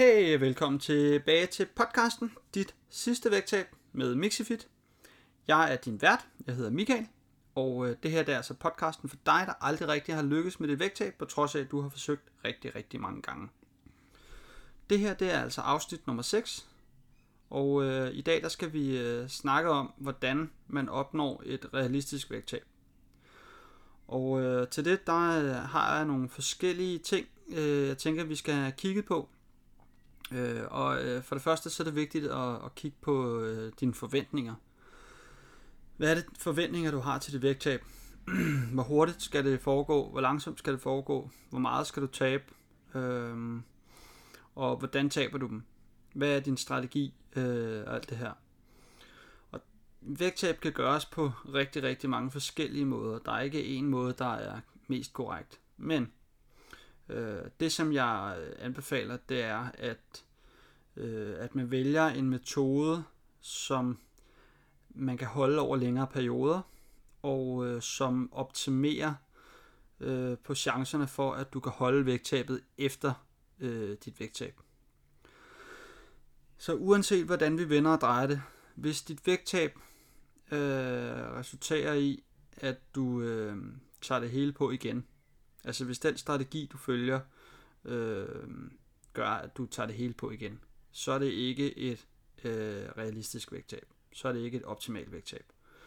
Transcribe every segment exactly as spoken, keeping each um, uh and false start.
Hey, velkommen tilbage til podcasten, dit sidste vægttab med Mixifit. Jeg er din vært, jeg hedder Michael, og det her det er altså podcasten for dig, der aldrig rigtig har lykkes med dit vægttab, på trods af, at du har forsøgt rigtig, rigtig mange gange. Det her det er altså afsnit nummer seks, og øh, i dag der skal vi øh, snakke om, hvordan man opnår et realistisk vægttab. Og øh, til det, der øh, har jeg nogle forskellige ting, øh, jeg tænker, vi skal have kigget på. Øh, og øh, for det første, så er det vigtigt at, at kigge på øh, dine forventninger. Hvad er det forventninger, du har til dit vægttab? Hvor hurtigt skal det foregå? Hvor langsomt skal det foregå? Hvor meget skal du tabe? Øh, og hvordan taber du dem? Hvad er din strategi? Øh, og alt det her. Og vægttab kan gøres på rigtig, rigtig mange forskellige måder. Der er ikke en måde, der er mest korrekt. Men øh, det, som jeg anbefaler, det er, at, øh, at man vælger en metode, som man kan holde over længere perioder, og øh, som optimerer øh, på chancerne for, at du kan holde vægttabet efter øh, dit vægttab. Så uanset hvordan vi vender og drejer det, hvis dit vægttab øh, resulterer i, at du øh, tager det hele på igen, altså hvis den strategi du følger øh, gør, at du tager det hele på igen, så er det ikke et øh, realistisk vægttab. Så er det ikke et optimalt vægttab.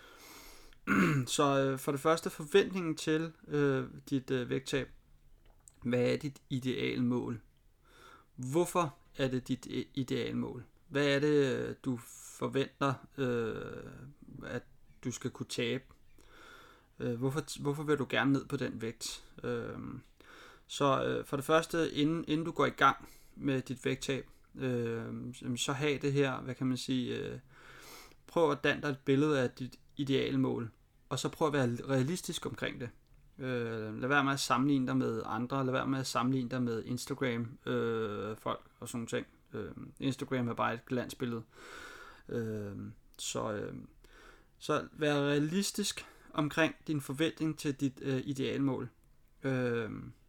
Så øh, for det første forventningen til øh, dit øh, vægttab. Hvad er dit idealmål? Hvorfor er det dit idealmål? Hvad er det, du forventer, øh, at du skal kunne tabe? Øh, hvorfor, hvorfor vil du gerne ned på den vægt? Øh, så øh, for det første, inden, inden du går i gang med dit vægttab, øh, så have det her, hvad kan man sige, øh, prøv at danne dig et billede af dit idealmål, og så prøv at være realistisk omkring det. Øh, lad være med at sammenligne dig med andre, lad være med at sammenligne dig med Instagram øh, folk og sådan nogle ting. Øh, Instagram er bare et glansbillede. Øh, så, øh, så vær realistisk omkring din forventning til dit øh, idealmål. Øh,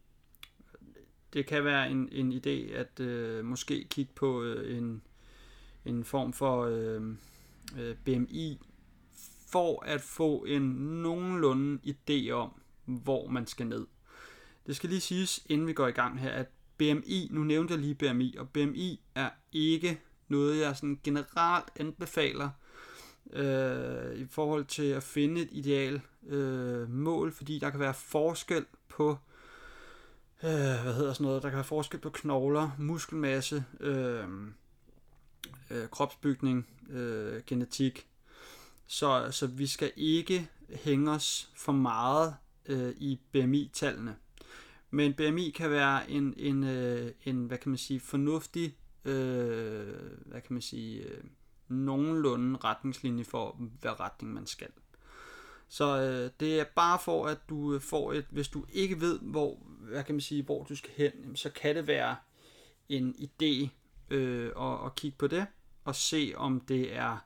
det kan være en, en idé at øh, måske kigge på øh, en, en form for øh, øh, B M I, for at få en nogenlunde idé om, hvor man skal ned. Det skal lige siges, inden vi går i gang her, at B M I, nu nævnte jeg lige B M I, og B M I er ikke noget, jeg sådan generelt anbefaler øh, i forhold til at finde et ideal øh, mål, fordi der kan være forskel på, øh, hvad hedder sådan noget, der kan være forskel på knogler, muskelmasse, øh, øh, kropsbygning, øh, genetik. Så, så vi skal ikke hænge os for meget øh, i B M I-tallene. Men B M I kan være en, en, øh, en hvad kan man sige, fornuftig, øh, hvad kan man sige, øh, nogenlunde retningslinje for, hvad retning man skal. Så øh, det er bare for, at du får et, hvis du ikke ved, hvor, hvad kan man sige, hvor du skal hen, så kan det være en idé øh, at, at kigge på det, og se om det er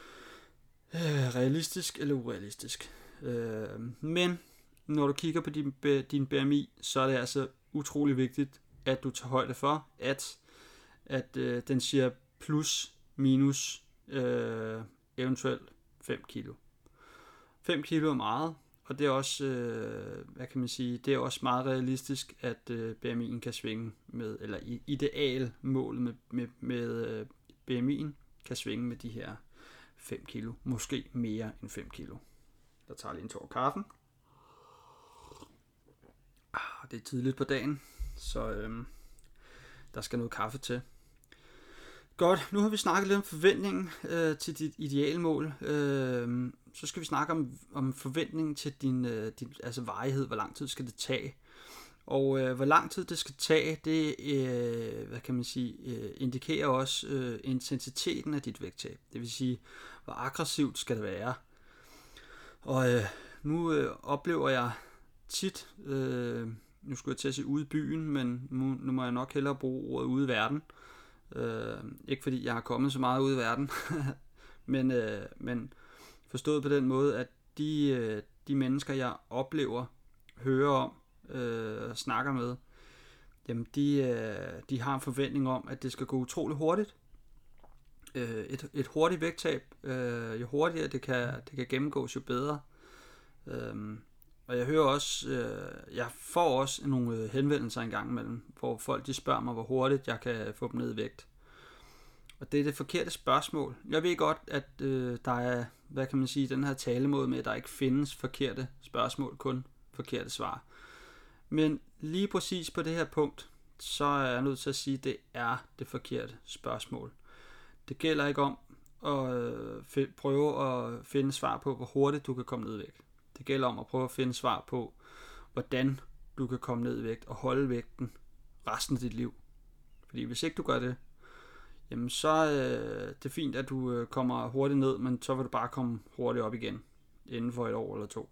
realistisk eller urealistisk. Øh, men når du kigger på din, din B M I, så er det altså utrolig vigtigt, at du tager højde for, at, at øh, den siger plus, minus, øh, eventuelt fem kilo. fem kilo er meget, og det er også, øh, hvad kan man sige, det er også meget realistisk, at øh, B M I'en kan svinge med, eller idealmålet med, med, med øh, B M I'en kan svinge med de her fem kilo, måske mere end fem kilo. Der tager lige en tår kaffen. Ah, det er tidligt på dagen, så øhm, der skal noget kaffe til. Godt, nu har vi snakket lidt om forventningen øh, til dit idealmål. Øh, så skal vi snakke om, om forventningen til din, øh, din altså varighed. Hvor lang tid skal det tage? Og øh, hvor lang tid det skal tage, det øh, hvad kan man sige, øh, indikerer også øh, intensiteten af dit vægttab. Det vil sige, hvor aggressivt skal det være. Og øh, nu øh, oplever jeg tit, øh, nu skulle jeg til at sige ude i byen, men nu, nu må jeg nok hellere bruge ordet ude i verden. Øh, ikke fordi jeg har kommet så meget ude i verden, men, øh, men forstået på den måde, at de, øh, de mennesker, jeg oplever, hører om, øh, snakker med, jamen de, øh, de har en forventning om, at det skal gå utrolig hurtigt. Øh, et, et hurtigt vægttab, øh, jo hurtigere det kan, det kan gennemgås, jo bedre. Øh, og jeg hører også, øh, jeg får også nogle henvendelser en gang imellem, hvor folk de spørger mig, hvor hurtigt jeg kan få dem ned i vægt. Og det er det forkerte spørgsmål. Jeg ved godt, at øh, der er, hvad kan man sige, den her talemåde med, at der ikke findes forkerte spørgsmål, kun forkerte svar. Men lige præcis på det her punkt, så er jeg nødt til at sige, at det er det forkerte spørgsmål. Det gælder ikke om at øh, prøve at finde svar på, hvor hurtigt du kan komme ned i vægt. Det gælder om at prøve at finde svar på, hvordan du kan komme ned i vægt og holde vægten resten af dit liv. Fordi hvis ikke du gør det, jamen så øh, det er fint, at du øh, kommer hurtigt ned, men så vil du bare komme hurtigt op igen inden for et år eller to.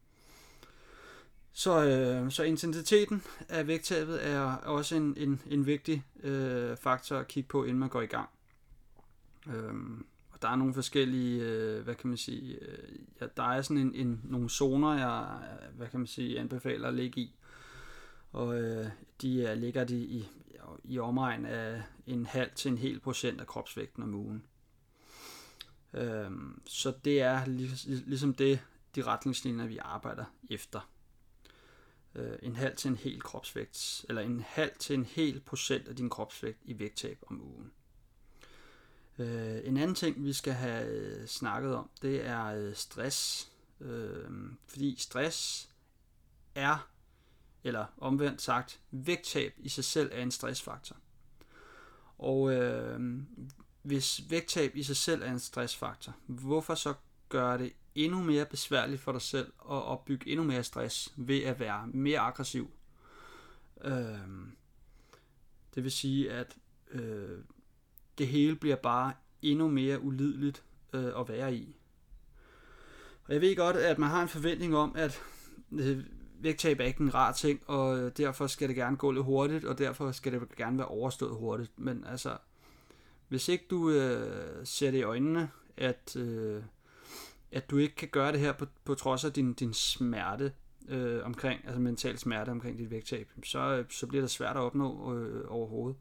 Så, øh, så intensiteten af vægttabet er også en, en, en vigtig øh, faktor at kigge på, inden man går i gang. Øhm, og der er nogle forskellige, øh, hvad kan man sige, øh, ja, der er sådan en, en, nogle zoner, jeg, hvad kan man sige, anbefaler at ligge i. Og øh, de er, ligger de i, i omegn af en halv til en hel procent af kropsvægten om ugen. Øhm, så det er lig, ligesom det, de retningslinjer, vi arbejder efter. Øh, en halv til en hel kropsvægt, eller en halv til en hel procent af din kropsvægt i vægttab om ugen. Øh, en anden ting, vi skal have øh, snakket om, det er øh, stress. Øh, fordi stress er, eller omvendt sagt, vægttab i sig selv er en stressfaktor. Og øh, hvis vægttab i sig selv er en stressfaktor, hvorfor så gøre det endnu mere besværligt for dig selv og opbygge endnu mere stress ved at være mere aggressiv? Øh, det vil sige, at øh, det hele bliver bare endnu mere ulideligt øh, at være i. Og jeg ved godt, at man har en forventning om, at øh, vægttab er ikke en rar ting, og derfor skal det gerne gå lidt hurtigt, og derfor skal det gerne være overstået hurtigt. Men altså, hvis ikke du øh, ser det i øjnene, at, øh, at du ikke kan gøre det her på, på trods af din, din smerte øh, omkring, altså mental smerte omkring dit vægttab, så, så bliver det svært at opnå øh, overhovedet.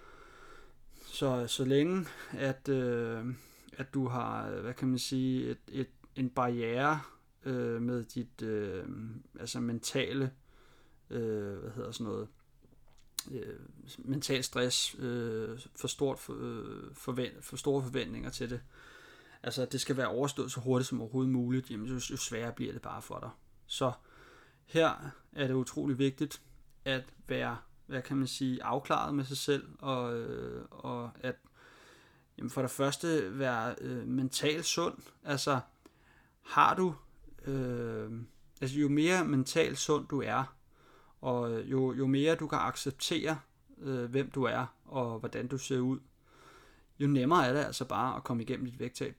Så, så længe at, øh, at du har, hvad kan man sige, et, et, en barriere øh, med dit øh, altså mentale, øh, hvad hedder sådan noget, øh, mental stress, øh, for, stort for, øh, forvent, for store forventninger til det. Altså det skal være overstået så hurtigt som overhovedet muligt, jamen jo, jo sværere bliver det bare for dig. Så her er det utrolig vigtigt at være, hvad kan man sige, afklaret med sig selv, og, øh, og at jamen for det første være øh, mentalt sund. Altså har du, øh, altså jo mere mentalt sund du er, og jo, jo mere du kan acceptere, øh, hvem du er, og hvordan du ser ud, jo nemmere er det altså bare at komme igennem dit vægttab.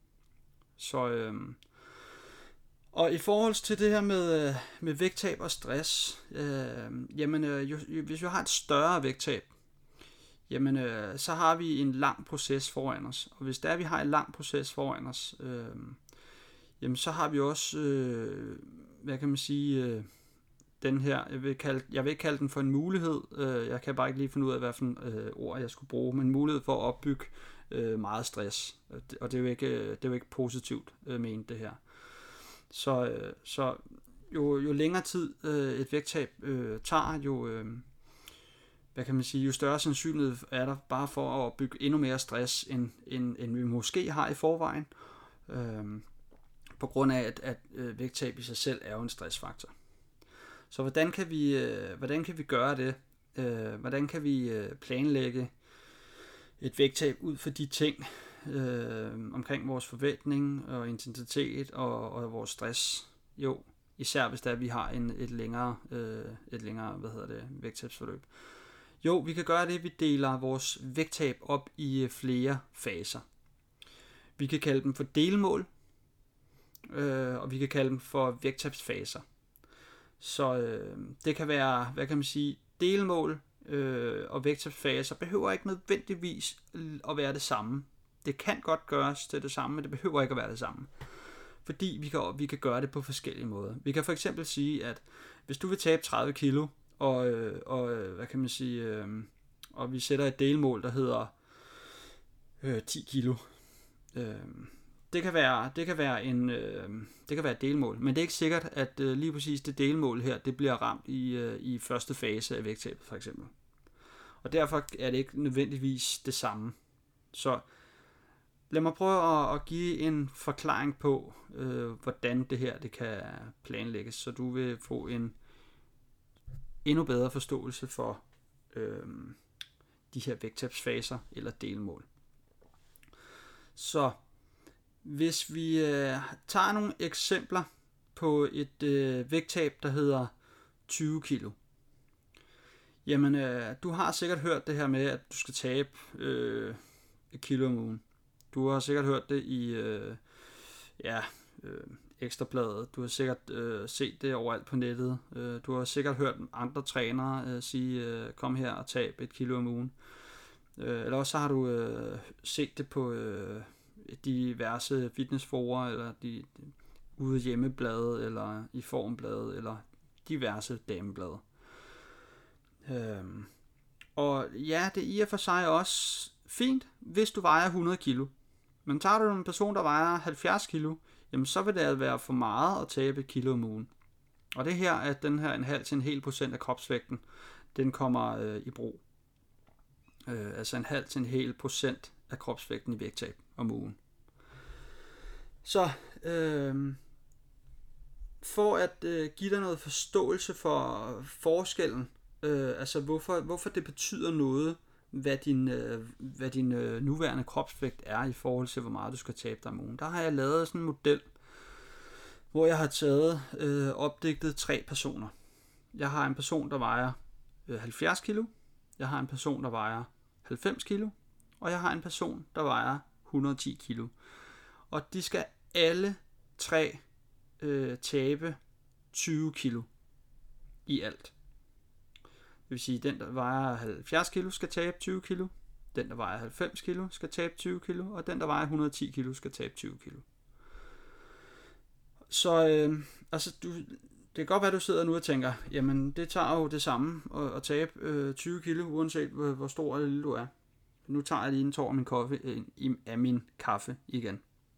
Så øh, og i forhold til det her med, med vægttab og stress, øh, jamen øh, jo, jo, hvis vi har et større vægttab, jamen øh, så har vi en lang proces foran os. Og hvis der vi har en lang proces foran os, øh, jamen så har vi også, øh, hvad kan man sige, øh, den her, jeg vil, kalde, jeg vil ikke kalde den for en mulighed, øh, jeg kan bare ikke lige finde ud af, hvad for en øh, ord jeg skulle bruge, men mulighed for at opbygge øh, meget stress. Og det er jo ikke, det er jo ikke positivt øh, ment det her. Så, øh, så jo, jo længere tid øh, et vægttab øh, tager, jo, øh, hvad kan man sige, jo større sandsynlighed er der bare for at bygge endnu mere stress, end, end, end vi måske har i forvejen, øh, på grund af, at, at øh, vægttab i sig selv er jo en stressfaktor. Så hvordan kan vi, øh, hvordan kan vi gøre det? Øh, hvordan kan vi øh, planlægge et vægttab ud for de ting, Øh, omkring vores forventning og intensitet og, og vores stress. Jo, især hvis der vi har en et længere øh, et længere, hvad hedder det, vægttabsforløb. Jo, vi kan gøre det, vi deler vores vægttab op i flere faser. Vi kan kalde dem for delmål, øh, og vi kan kalde dem for vægttabsfaser. Så øh, det kan være, hvad kan man sige, delmål øh, og vægttabsfaser behøver ikke nødvendigvis at være det samme. Det kan godt gøres til det samme, men det behøver ikke at være det samme. Fordi vi kan, vi kan gøre det på forskellige måder. Vi kan for eksempel sige, at hvis du vil tabe tredive kilo, og, øh, og hvad kan man sige, øh, og vi sætter et delmål, der hedder øh, ti kilo. Øh, det kan være, det kan være en, øh, det kan være et delmål, men det er ikke sikkert, at øh, lige præcis det delmål her, det bliver ramt i, øh, i første fase af vægttabet for eksempel. Og derfor er det ikke nødvendigvis det samme. Så lad mig prøve at, at give en forklaring på, øh, hvordan det her det kan planlægges, så du vil få en endnu bedre forståelse for øh, de her vægttabsfaser eller delmål. Så hvis vi øh, tager nogle eksempler på et øh, vægttab, der hedder tyve kilo. Jamen, øh, du har sikkert hørt det her med, at du skal tabe øh, et kilo om ugen. Du har sikkert hørt det i øh, ja, øh, Ekstrabladet. Du har sikkert øh, set det overalt på nettet. Øh, du har sikkert hørt andre trænere øh, sige, øh, kom her og tab et kilo om ugen. Øh, eller også så har du øh, set det på øh, diverse fitnessforer, eller de, de ude hjemmeblade, eller i formblade, eller diverse dameblade. Øh, og ja, det er i og for sig også fint, hvis du vejer hundrede kilo. Men tager du en person, der vejer halvfjerds kilo, jamen så vil det være for meget at tabe et kilo om ugen. Og det her, at den her en halv til en hel procent af kropsvægten, den kommer øh, i brug. Øh, altså en halv til en hel procent af kropsvægten i vægttab om ugen. Så øh, for at øh, give dig noget forståelse for forskellen, øh, altså hvorfor, hvorfor det betyder noget, hvad din, øh, hvad din øh, nuværende kropsvægt er i forhold til, hvor meget du skal tabe dig om ugen. Der har jeg lavet sådan en model, hvor jeg har taget øh, opdigtet tre personer. Jeg har en person, der vejer øh, halvfjerds kilo, jeg har en person, der vejer halvfems kilo, og jeg har en person, der vejer et hundrede og ti kilo. Og de skal alle tre øh, tabe tyve kilo i alt. Det vil sige, at den, der vejer halvfjerds kilo, skal tabe tyve kilo. Den, der vejer halvfems kilo, skal tabe tyve kilo. Og den, der vejer et hundrede og ti kilo, skal tabe tyve kilo. Så øh, altså, du, det kan godt være, at du sidder nu og tænker, jamen det tager jo det samme at, at tabe øh, tyve kilo, uanset hvor, hvor stor eller lille du er. Nu tager jeg lige en tår af min kaffe, øh, af min kaffe igen.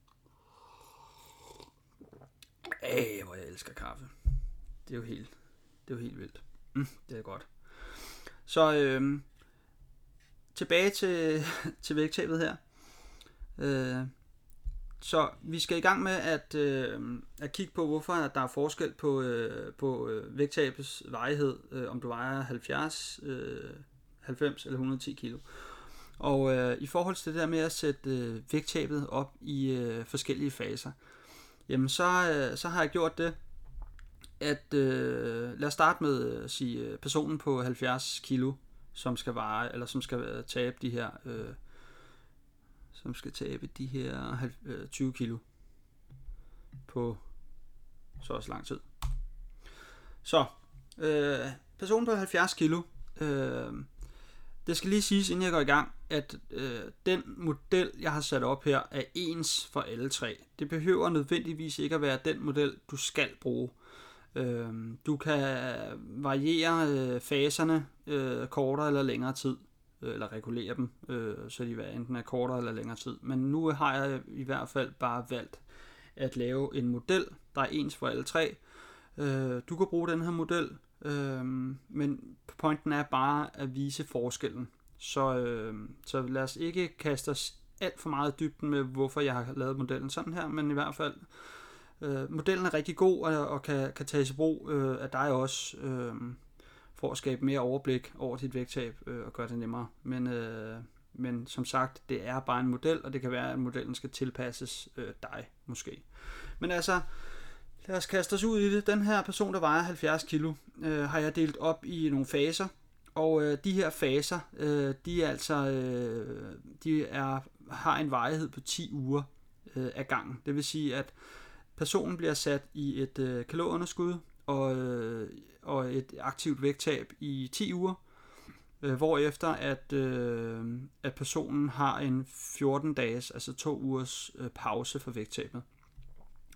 Æh, hvor jeg elsker kaffe. Det er jo helt, det er jo helt vildt. Mm, det er godt. Så øh, tilbage til, til vægttabet her. Øh, så vi skal i gang med at, øh, at kigge på, hvorfor der er forskel på, øh, på øh, vægttabets varighed, øh, om du vejer halvfjerds, øh, halvfems eller et hundrede og ti kilo. Og øh, i forhold til det der med at sætte øh, vægttabet op i øh, forskellige faser, jamen så, øh, så har jeg gjort det, at øh, lad os starte med at sige personen på halvfjerds kilo, som skal veje, eller som skal tabe de her, øh, som skal tabe de her øh, tyve kilo på så også lang tid. Så øh, personen på halvfjerds kilo, øh, det skal lige siges, inden jeg går i gang, at øh, den model, jeg har sat op her, er ens for alle tre. Det behøver nødvendigvis ikke at være den model, du skal bruge. Øh, du kan variere øh, faserne øh, kortere eller længere tid, øh, eller regulere dem, øh, så de enten er kortere eller længere tid. Men nu har jeg i hvert fald bare valgt at lave en model, der er ens for alle tre. Øh, du kan bruge den her model, øh, men pointen er bare at vise forskellen. Så, øh, så lad os ikke kaste os alt for meget i dybden med, hvorfor jeg har lavet modellen sådan her, men i hvert fald, øh, modellen er rigtig god og, og kan, kan tages i brug øh, af dig også, øh, for at skabe mere overblik over dit vægttab øh, og gøre det nemmere. Men, øh, men som sagt, det er bare en model, og det kan være, at modellen skal tilpasses øh, dig måske. Men altså, lad os kaste os ud i det. Den her person, der vejer halvfjerds kilo, øh, har jeg delt op i nogle faser. Og øh, de her faser, øh, de er altså, øh, de er, har en varighed på ti uger øh, af gangen. Det vil sige, at personen bliver sat i et øh, kalorieunderskud og, øh, og et aktivt vægttab i ti uger, øh, hvorefter at, øh, at personen har en fjorten dages, altså to ugers øh, pause for vægttabet.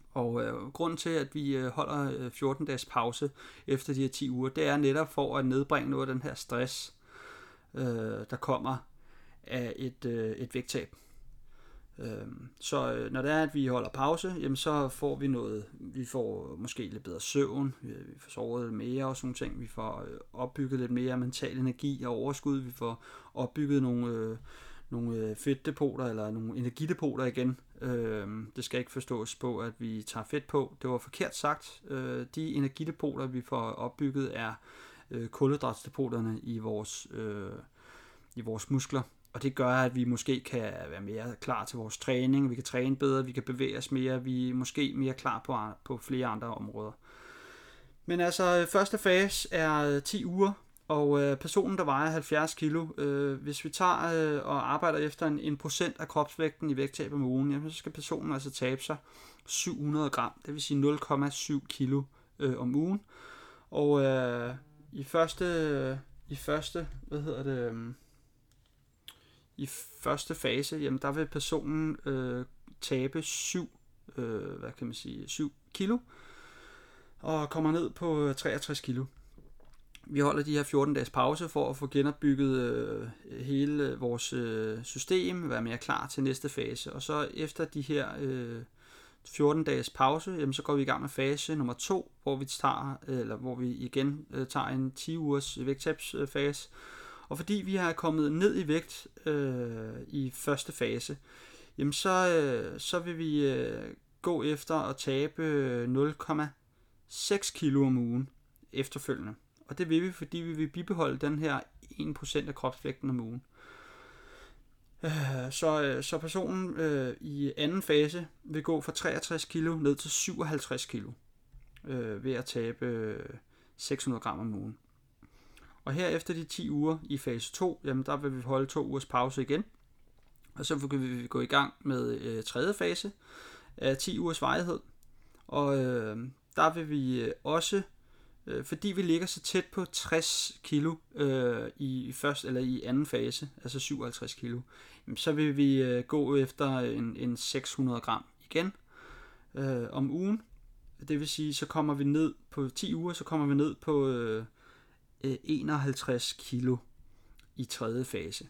Og øh, grunden til, at vi øh, holder øh, fjorten dages pause efter de her ti uger, det er netop for at nedbringe noget af den her stress, øh, der kommer af et, øh, et vægttab. Øh, så øh, når det er, at vi holder pause, jamen, så får vi noget, vi får måske lidt bedre søvn, vi, vi får sovet lidt mere og sådan ting, vi får øh, opbygget lidt mere mental energi og overskud, vi får opbygget nogle... Øh, nogle fedtdepoter eller nogle energidepoter igen. Øh, det skal ikke forstås på, at vi tager fedt på. Det var forkert sagt. Øh, de energidepoter, vi får opbygget, er øh, kulhydratsdepoterne i vores, øh, i vores muskler. Og det gør, at vi måske kan være mere klar til vores træning. Vi kan træne bedre, vi kan bevæge os mere. Vi er måske mere klar på, på flere andre områder. Men altså, første fase er ti uger. Og øh, personen, der vejer halvfjerds kilo, øh, hvis vi tager øh, og arbejder efter en, en procent af kropsvægten i vægttab om ugen, jamen, så skal personen altså tabe sig syv hundrede gram, det vil sige nul komma syv kilo øh, om ugen. Og øh, i første, øh, i første, hvad hedder det, øh, i første fase, jamen, der vil personen øh, tabe syv, øh, hvad kan man sige, syv kilo, og kommer ned på treogtres kilo. Vi holder de her fjorten dages pause for at få genopbygget øh, hele vores øh, system, være mere klar til næste fase. Og så efter de her øh, fjorten dages pause, jamen, så går vi i gang med fase nummer to, hvor vi tager, eller hvor vi igen øh, tager en ti ugers vægttabsfase. Og fordi vi har kommet ned i vægt øh, i første fase, jamen, så, øh, så vil vi øh, gå efter at tabe nul komma seks kilo om ugen efterfølgende. Og det vil vi, fordi vi vil bibeholde den her en procent af kropsvægten om ugen. Så, så personen øh, i anden fase vil gå fra treogtres kilo ned til syvoghalvtreds kilo øh, ved at tabe seks hundrede gram om ugen. Og her efter de ti uger i fase to, jamen der vil vi holde to ugers pause igen. Og så vil vi gå i gang med øh, tredje fase af ti ugers varighed. Og øh, der vil vi også... Fordi vi ligger så tæt på tres kilo øh, i første eller i anden fase, altså syvoghalvtreds kilo, så vil vi øh, gå efter en, en seks hundrede gram igen øh, om ugen. Det vil sige, så kommer vi ned på ti uger, så kommer vi ned på øh, enoghalvtreds kilo i tredje fase.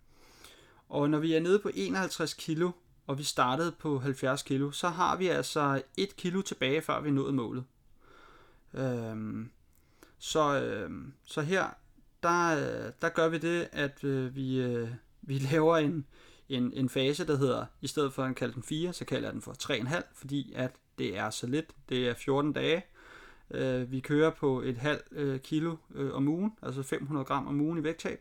Og når vi er nede på enoghalvtreds kilo, og vi startede på halvfjerds kilo, så har vi altså et kilo tilbage, før vi nåede målet. Øhm, så, øhm, så her der, der gør vi det, at øh, vi, øh, vi laver en, en, en fase, der hedder, i stedet for at kalde den fire, så kalder jeg den for tre komma fem, fordi at det er så lidt. Det er fjorten dage. Øh, vi kører på et halvt øh, kilo øh, om ugen, altså fem hundrede gram om ugen i vægttab.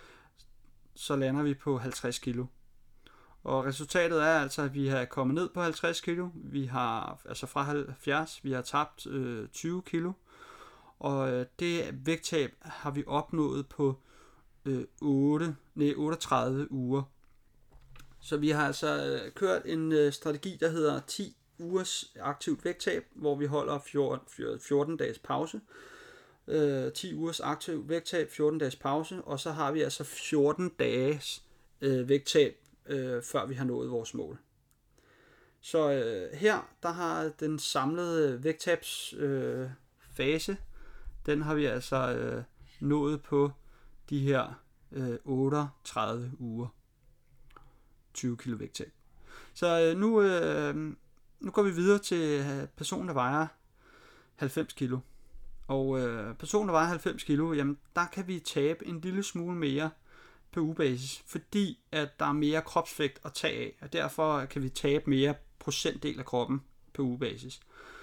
Så lander vi på halvtreds kilo. Og resultatet er altså, at vi har kommet ned på halvtreds kilo. Vi har, altså fra halvfjerds, vi har tabt øh, tyve kilo. Og øh, det vægttab har vi opnået på øh, otte, nej, otteogtredive uger. Så vi har altså øh, kørt en øh, strategi, der hedder ti ugers aktivt vægttab, hvor vi holder fjorten, fjorten dages pause. Øh, ti ugers aktivt vægttab, fjorten dages pause. Og så har vi altså fjorten dages øh, vægttab, Øh, før vi har nået vores mål. Så øh, her, der har den samlede vægttabsfase, øh, fase, den har vi altså øh, nået på de her øh, otteogtredive uger. tyve kilo vægttab. Så øh, nu, øh, nu går vi videre til personen, der vejer halvfems kilo. Og øh, personen, der vejer halvfems kilo, jamen der kan vi tabe en lille smule mere på ugebasis, fordi at der er mere kropsvægt at tage af, og derfor kan vi tabe mere procentdel af kroppen på ugebasis.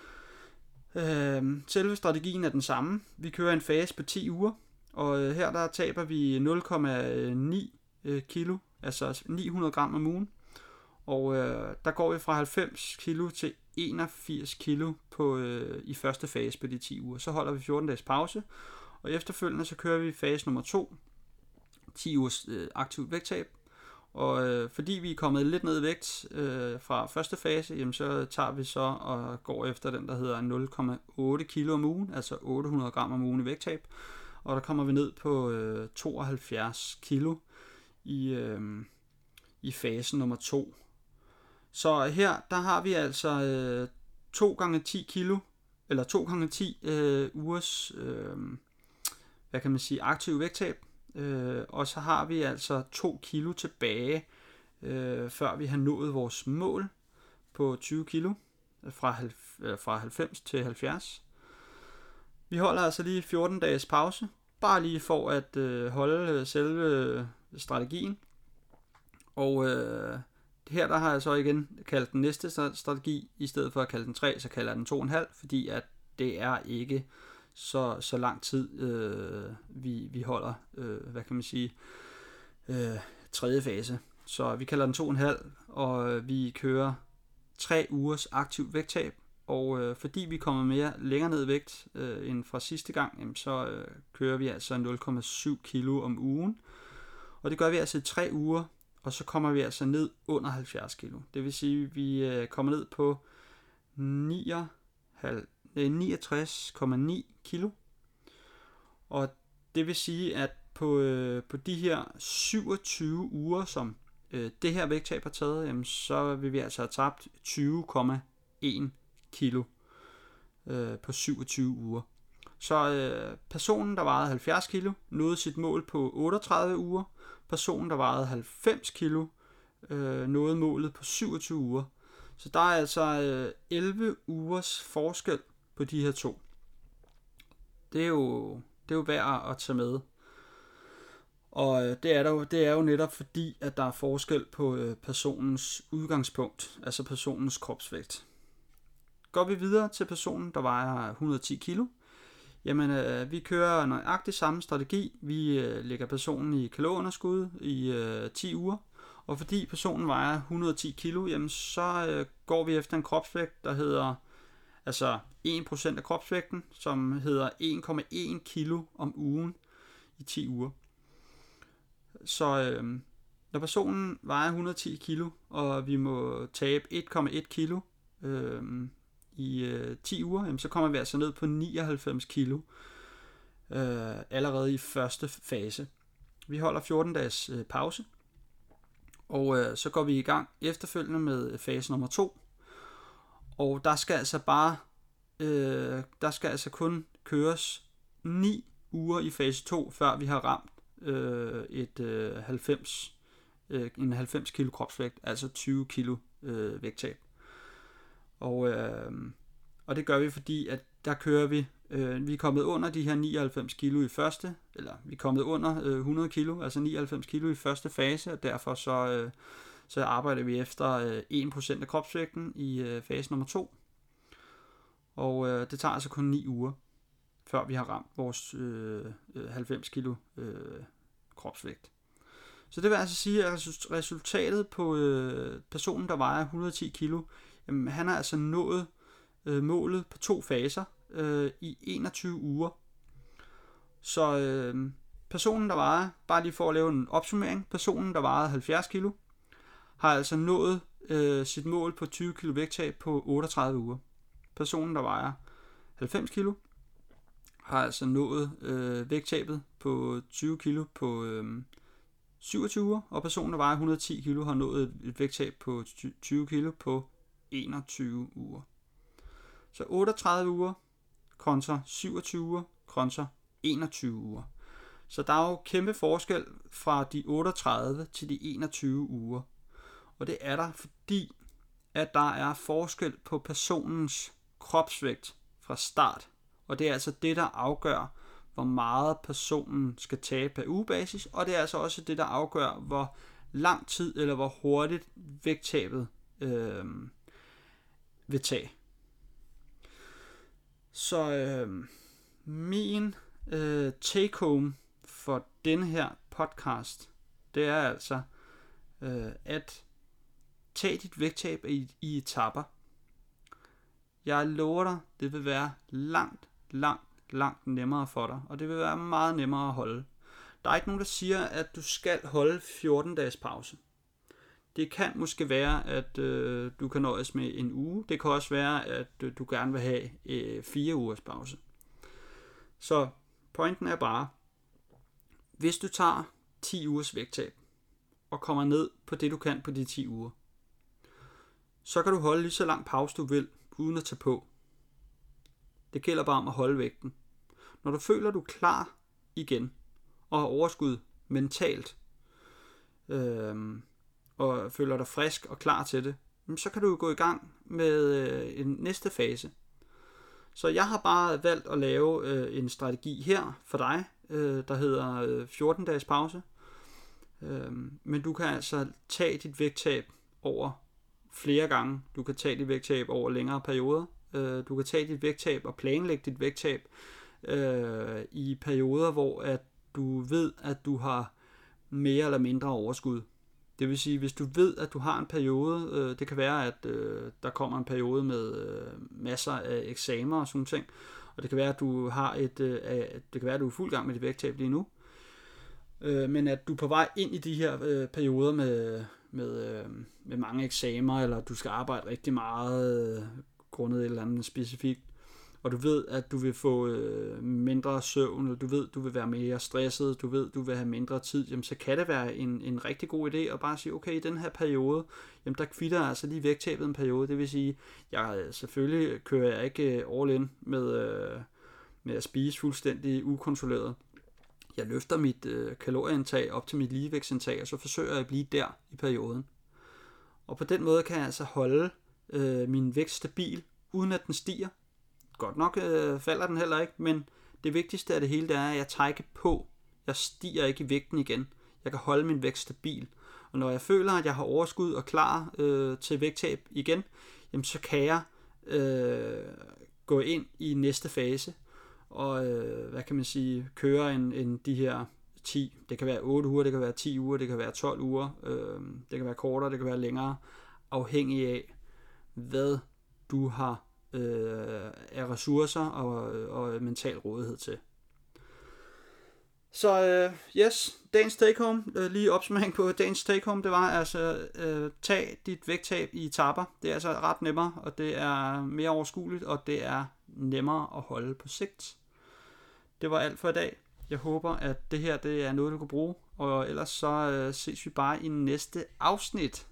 Øh, selve strategien er den samme. Vi kører en fase på ti uger, og her der taber vi nul komma ni kilo, altså ni hundrede gram om ugen, og øh, der går vi fra halvfems kilo til enogfirs kilo på, øh, i første fase på de ti uger. Så holder vi fjorten dages pause, og efterfølgende så kører vi fase nummer to, ti ugers øh, aktivt vægttab, og øh, fordi vi er kommet lidt ned i vægt øh, fra første fase, jamen, så tager vi så og går efter den, der hedder nul komma otte kilo om ugen, altså otte hundrede gram om ugen i vægttab, og der kommer vi ned på øh, tooghalvfjerds kilo i, øh, i fase nummer to. Så her, der har vi altså øh, to gange ti kilo, eller to gange ti øh, ugers, øh, hvad kan man sige, aktiv vægttab. Øh, og så har vi altså to kilo tilbage, øh, før vi har nået vores mål på tyve kilo, fra, øh, fra halvfems til halvfjerds. Vi holder altså lige fjorten dages pause, bare lige for at øh, holde selve strategien. Og øh, her der har jeg så igen kaldt den næste strategi, i stedet for at kalde den tre, så kalder jeg den to komma fem, fordi at det er ikke så, så lang tid, øh, vi, vi holder, øh, hvad kan man sige, øh, tredje fase. Så vi kalder den to komma fem, og vi kører tre ugers aktiv vægttab, og øh, fordi vi kommer mere længere ned i vægt øh, end fra sidste gang, jamen, så øh, kører vi altså nul komma syv kilo om ugen, og det gør vi altså i tre uger, og så kommer vi altså ned under halvfjerds kilo. Det vil sige, at vi øh, kommer ned på niogtres komma ni kilo, og det vil sige, at på, øh, på de her syvogtyve uger, som øh, det her vægttab har taget, jamen, så vil vi altså have tabt tyve komma en kilo øh, på syvogtyve uger. Så øh, personen, der vejede halvfjerds kilo, nåede sit mål på otteogtredive uger. Personen, der vejede halvfems kilo, øh, nåede målet på syvogtyve uger. Så der er altså øh, elleve ugers forskel på de her to. Det er jo, det er jo værd at tage med. Og øh, det, er der jo, det er jo netop fordi, at der er forskel på øh, personens udgangspunkt, altså personens kropsvægt. Går vi videre til personen, der vejer et hundrede og ti kilo, jamen øh, vi kører nøjagtigt samme strategi. Vi øh, lægger personen i kalorieunderskud i øh, ti uger, og fordi personen vejer et hundrede og ti kilo, jamen så øh, går vi efter en kropsvægt, der hedder altså en procent af kropsvægten, som hedder en komma en kilo om ugen i ti uger. Så øh, når personen vejer et hundrede og ti kilo, og vi må tabe en komma en kilo øh, i øh, ti uger, jamen, så kommer vi altså ned på nioghalvfems kilo øh, allerede i første fase. Vi holder fjorten dages øh, pause, og øh, så går vi i gang efterfølgende med fase nummer to. Og der skal altså bare, øh, der skal altså kun køres ni uger i fase to, før vi har ramt øh, et øh, halvfems, øh, en halvfems kilo kropsvægt, altså tyve kilo øh, vægttab. Og, øh, og det gør vi, fordi at der kører vi, øh, vi er kommet under de her nioghalvfems kilo i første, eller vi er kommet under øh, hundrede kilo, altså nioghalvfems kilo i første fase, og derfor så, øh, så arbejder vi efter øh, en procent af kropsvægten i øh, fase nummer to. Og øh, det tager altså kun ni uger, før vi har ramt vores øh, halvfems kilo øh, kropsvægt. Så det vil altså sige, at resultatet på øh, personen, der vejer et hundrede og ti kilo, jamen, han har altså nået øh, målet på to faser øh, i enogtyve uger. Så øh, personen, der vejer, bare lige for at lave en opsummering, personen, der vejede halvfjerds kilo, har altså nået øh, sit mål på tyve kilo vægttab på otteogtredive uger. Personen, der vejer halvfems kilo, har altså nået øh, vægttabet på tyve kilo på øh, syvogtyve uger, og personen, der vejer et hundrede og ti kilo, har nået et vægttab på tyve kilo på enogtyve uger. Så otteogtredive uger kontra syvogtyve uger kontra enogtyve uger. Så der er jo kæmpe forskel fra de otteogtredive til de enogtyve uger. Og det er der, fordi at der er forskel på personens kropsvægt fra start. Og det er altså det, der afgør, hvor meget personen skal tabe per ugebasis, og det er altså også det, der afgør, hvor lang tid eller hvor hurtigt vægttabet øh, vil tage. Så øh, min øh, take home for denne her podcast, det er altså øh, at tage dit vægttab i, i etaper. Jeg lover dig, det vil være langt, langt, langt nemmere for dig, og det vil være meget nemmere at holde. Der er ikke nogen, der siger, at du skal holde fjorten dages pause. Det kan måske være, at øh, du kan nøjes med en uge. Det kan også være, at øh, du gerne vil have øh, fire ugers pause. Så pointen er bare, hvis du tager ti ugers vægttab og kommer ned på det, du kan på de ti uger, så kan du holde lige så lang pause, du vil. uden at tage på. Det gælder bare om at holde vægten. Når du føler, du er klar igen, og har overskud mentalt, øh, og føler dig frisk og klar til det, så kan du gå i gang med øh, en næste fase. Så jeg har bare valgt at lave øh, en strategi her for dig, øh, der hedder øh, fjorten dages pause. Øh, men du kan altså tage dit vægttab over flere gange. Du kan tage dit vægttab over længere perioder. Øh, du kan tage dit vægttab og planlægge dit vægttab øh, i perioder, hvor at du ved, at du har mere eller mindre overskud. Det vil sige, hvis du ved, at du har en periode, øh, det kan være, at øh, der kommer en periode med øh, masser af eksamener og sådan ting, og det kan være, at du har et, øh, det kan være, at du er fuld gang med dit vægttab lige nu, øh, men at du er på vej ind i de her øh, perioder med, med, øh, med mange eksamener, eller du skal arbejde rigtig meget øh, grundet et eller andet specifikt, og du ved, at du vil få øh, mindre søvn, eller du ved, du vil være mere stresset, du ved, du vil have mindre tid, jamen så kan det være en, en rigtig god idé at bare sige, okay, i den her periode, jamen der kvitter altså lige vægttabet en periode, det vil sige, jeg selvfølgelig kører jeg ikke all in med, øh, med at spise fuldstændig ukontrolleret. Jeg løfter mit øh, kalorieindtag op til mit ligevægtsindtag, og så forsøger jeg at blive der i perioden. Og på den måde kan jeg altså holde øh, min vægt stabil, uden at den stiger. Godt nok øh, falder den heller ikke, men det vigtigste af det hele, det er, at jeg tager ikke på. Jeg stiger ikke i vægten igen. Jeg kan holde min vægt stabil. Og når jeg føler, at jeg har overskud og klar øh, til vægttab igen, jamen så kan jeg øh, gå ind i næste fase og øh, hvad kan man sige, køre en, en de her ti, det kan være otte uger, det kan være ti uger, det kan være tolv uger, øh, det kan være kortere, det kan være længere, afhængig af hvad du har øh, af ressourcer og, og mental rådighed til. Så øh, yes, dagens take home, øh, lige opsummering på dagens take home, det var altså, øh, tag dit vægttab i etaper. Det er altså ret nemmere, og det er mere overskueligt, og det er nemmere at holde på sigt. Det var alt for i dag. Jeg håber, at det her det er noget, du kan bruge, og ellers så øh, ses vi bare i næste afsnit.